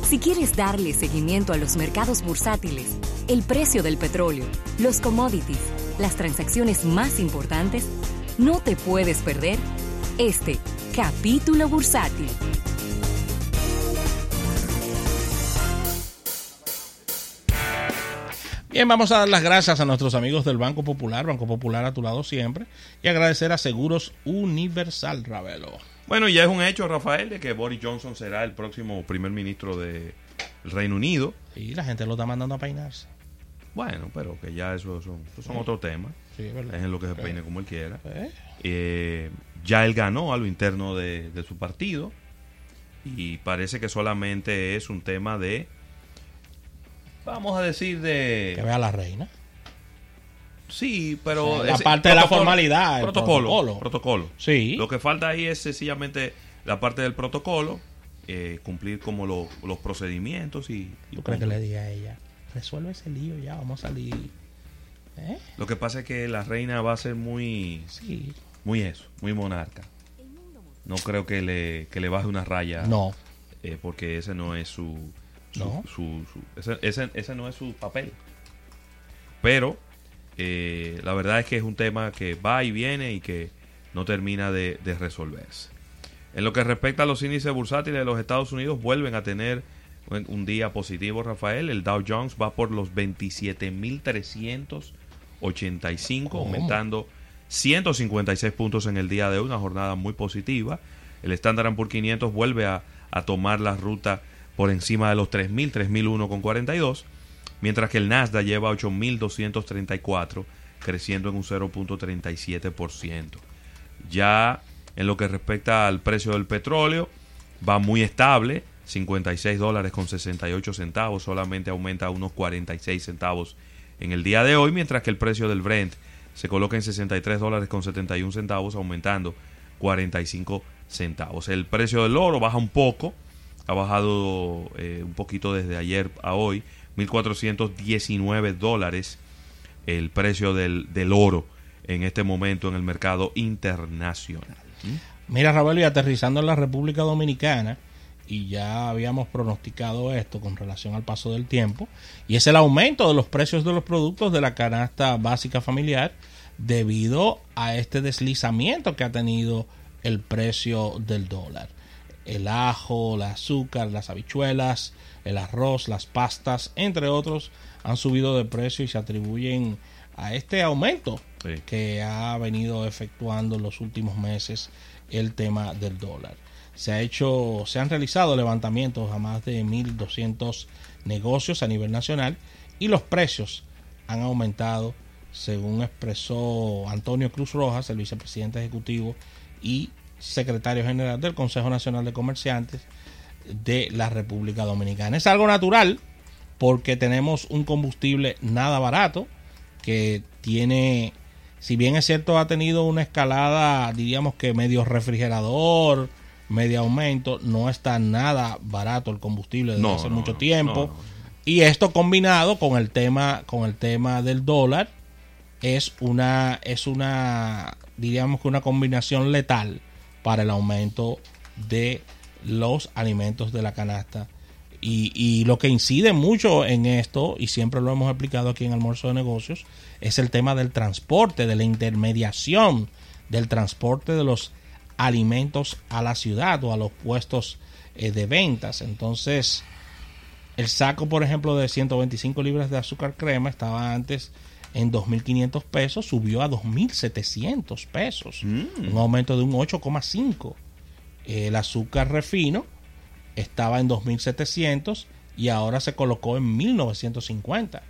Si quieres darle seguimiento a los mercados bursátiles, el precio del petróleo, los commodities, las transacciones más importantes, no te puedes perder este Capítulo Bursátil. Bien, vamos a dar las gracias a nuestros amigos del Banco Popular a tu lado siempre, y agradecer a Seguros Universal, Ravelo. Bueno, ya es un hecho, Rafael, de que Boris Johnson será el próximo primer ministro del Reino Unido. Y la gente lo está mandando a peinarse. Bueno, pero que ya eso son otro tema. Sí, es verdad. Es en lo que se peine como él quiera. Ya él ganó a lo interno de su partido y parece que solamente es un tema de, vamos a decir, de... Que vea a la reina. Sí, pero... La parte de la formalidad. Protocolo. Sí. Lo que falta ahí es sencillamente la parte del protocolo, cumplir como los procedimientos y... ¿Tú crees que le diga a ella? Resuelve ese lío ya, vamos a salir. Lo que pasa es que la reina va a ser muy... Sí. Muy monarca. No creo que le baje una raya. No. Porque ese no es ese no es su papel. Pero la verdad es que es un tema que va y viene y que no termina de resolverse. En lo que respecta a los índices bursátiles de los Estados Unidos, vuelven a tener un día positivo, Rafael. El Dow Jones va por los 27.385, aumentando 156 puntos en el día de hoy, una jornada muy positiva. El Standard & Poor's 500 vuelve a tomar la ruta por encima de los 3.000, 3.001,42, mientras que el Nasdaq lleva 8.234, creciendo en un 0.37%. Ya en lo que respecta al precio del petróleo, va muy estable, $56.68, solamente aumenta unos 46 centavos en el día de hoy, mientras que el precio del Brent se coloca en $63.71, aumentando 45 centavos. El precio del oro baja un poco, ha bajado un poquito desde ayer a hoy, $1,419 el precio del oro en este momento en el mercado internacional. Mira, Raúl, y aterrizando en la República Dominicana, y ya habíamos pronosticado esto con relación al paso del tiempo, y es el aumento de los precios de los productos de la canasta básica familiar debido a este deslizamiento que ha tenido el precio del dólar. El ajo, el azúcar, las habichuelas, el arroz, las pastas, entre otros, han subido de precio y se atribuyen a este aumento que ha venido efectuando en los últimos meses el tema del dólar. Se han realizado levantamientos a más de 1.200 negocios a nivel nacional y los precios han aumentado, según expresó Antonio Cruz Rojas, el vicepresidente ejecutivo y secretario general del Consejo Nacional de Comerciantes de la República Dominicana. Es algo natural porque tenemos un combustible nada barato que tiene, si bien es cierto, ha tenido una escalada, diríamos que medio refrigerador, medio aumento, no está nada barato el combustible desde hace mucho tiempo. Y esto combinado con el tema del dólar es una diríamos que una combinación letal para el aumento de los alimentos de la canasta. Y lo que incide mucho en esto, y siempre lo hemos explicado aquí en Almuerzo de Negocios, es el tema del transporte, de la intermediación del transporte de los alimentos a la ciudad o a los puestos de ventas. Entonces, el saco, por ejemplo, de 125 libras de azúcar crema estaba antes en 2.500 pesos, subió a 2.700 pesos, un aumento de un 8,5%. El azúcar refino estaba en 2.700 y ahora se colocó en 1.950.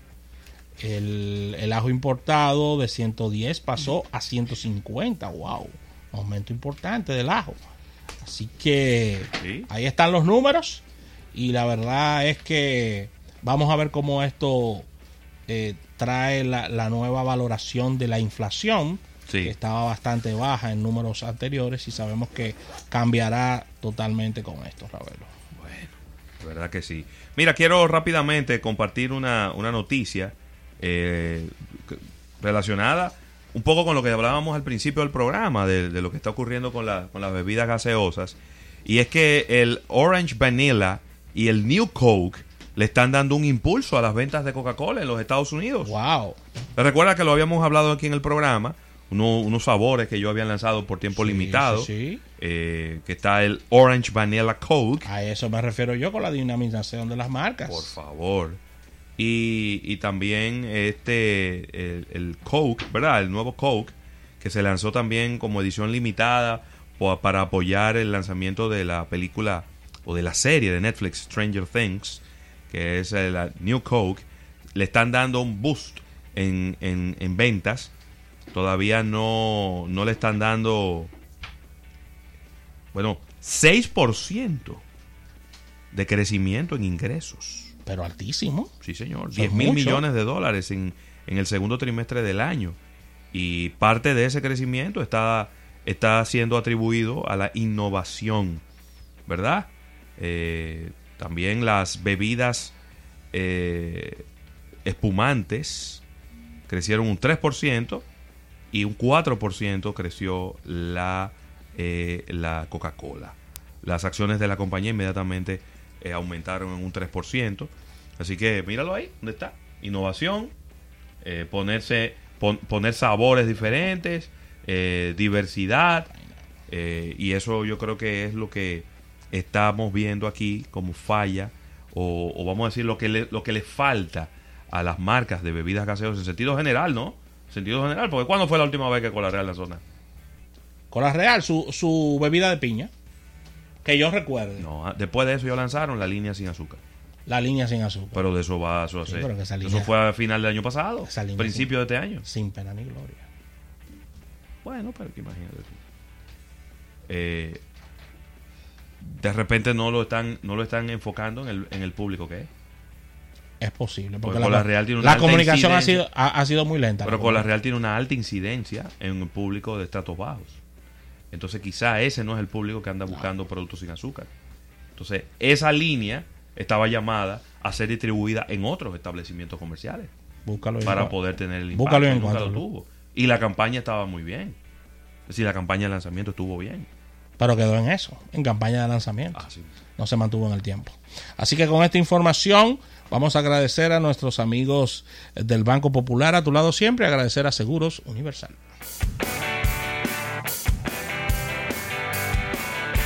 El ajo importado de 110 pasó a 150. ¡Wow! Un aumento importante del ajo. Así que ahí están los números y la verdad es que vamos a ver cómo esto trae la nueva valoración de la inflación, que estaba bastante baja en números anteriores, y sabemos que cambiará totalmente con esto, Ravelo. Bueno, la verdad que sí. Mira, quiero rápidamente compartir una noticia relacionada un poco con lo que hablábamos al principio del programa, de lo que está ocurriendo con las bebidas gaseosas. Y es que el Orange Vanilla y el New Coke le están dando un impulso a las ventas de Coca-Cola en los Estados Unidos. Wow. Recuerda que lo habíamos hablado aquí en el programa, unos sabores que yo había lanzado por tiempo limitado, que está el Orange Vanilla Coke. A eso me refiero yo con la dinamización de las marcas. Por favor. Y también el Coke, ¿verdad? El nuevo Coke, que se lanzó también como edición limitada para apoyar el lanzamiento de la película o de la serie de Netflix Stranger Things, que es la New Coke. Le están dando un boost en ventas. Todavía no le están dando, 6% de crecimiento en ingresos. Pero altísimo. Sí, señor. 10,000 millones de dólares en el segundo trimestre del año. Y parte de ese crecimiento está siendo atribuido a la innovación, ¿verdad? También las bebidas espumantes crecieron un 3%. Y un 4% creció la Coca-Cola. Las acciones de la compañía inmediatamente aumentaron en un 3%. Así que míralo ahí, ¿dónde está? Innovación, poner sabores diferentes, diversidad. Y eso yo creo que es lo que estamos viendo aquí como falla, o vamos a decir lo que le falta a las marcas de bebidas gaseosas en sentido general, ¿no? Sentido general, porque ¿cuándo fue la última vez que Cola Real lanzó nada? Cola Real, su bebida de piña, que yo recuerde. No, después de eso ya lanzaron la línea sin azúcar. La línea sin azúcar. Pero de eso va a hacer. Sí, eso fue a final del año pasado, principio de este año. Sin pena ni gloria. Bueno, pero que imagínate tú. De repente no lo están enfocando en el público que es. Es posible, porque Cola Real tiene una la comunicación ha sido muy lenta. Pero Cola Real tiene una alta incidencia en el público de estratos bajos. Entonces quizá ese no es el público que anda buscando productos sin azúcar. Entonces esa línea estaba llamada a ser distribuida en otros establecimientos comerciales. Búscalo para poder tener el impacto. Búscalo nunca lo tuvo. Y la campaña estaba muy bien. Es decir, la campaña de lanzamiento estuvo bien. Pero quedó en eso, en campaña de lanzamiento. Sí. No se mantuvo en el tiempo. Así que con esta información vamos a agradecer a nuestros amigos del Banco Popular, a tu lado siempre, agradecer a Seguros Universal.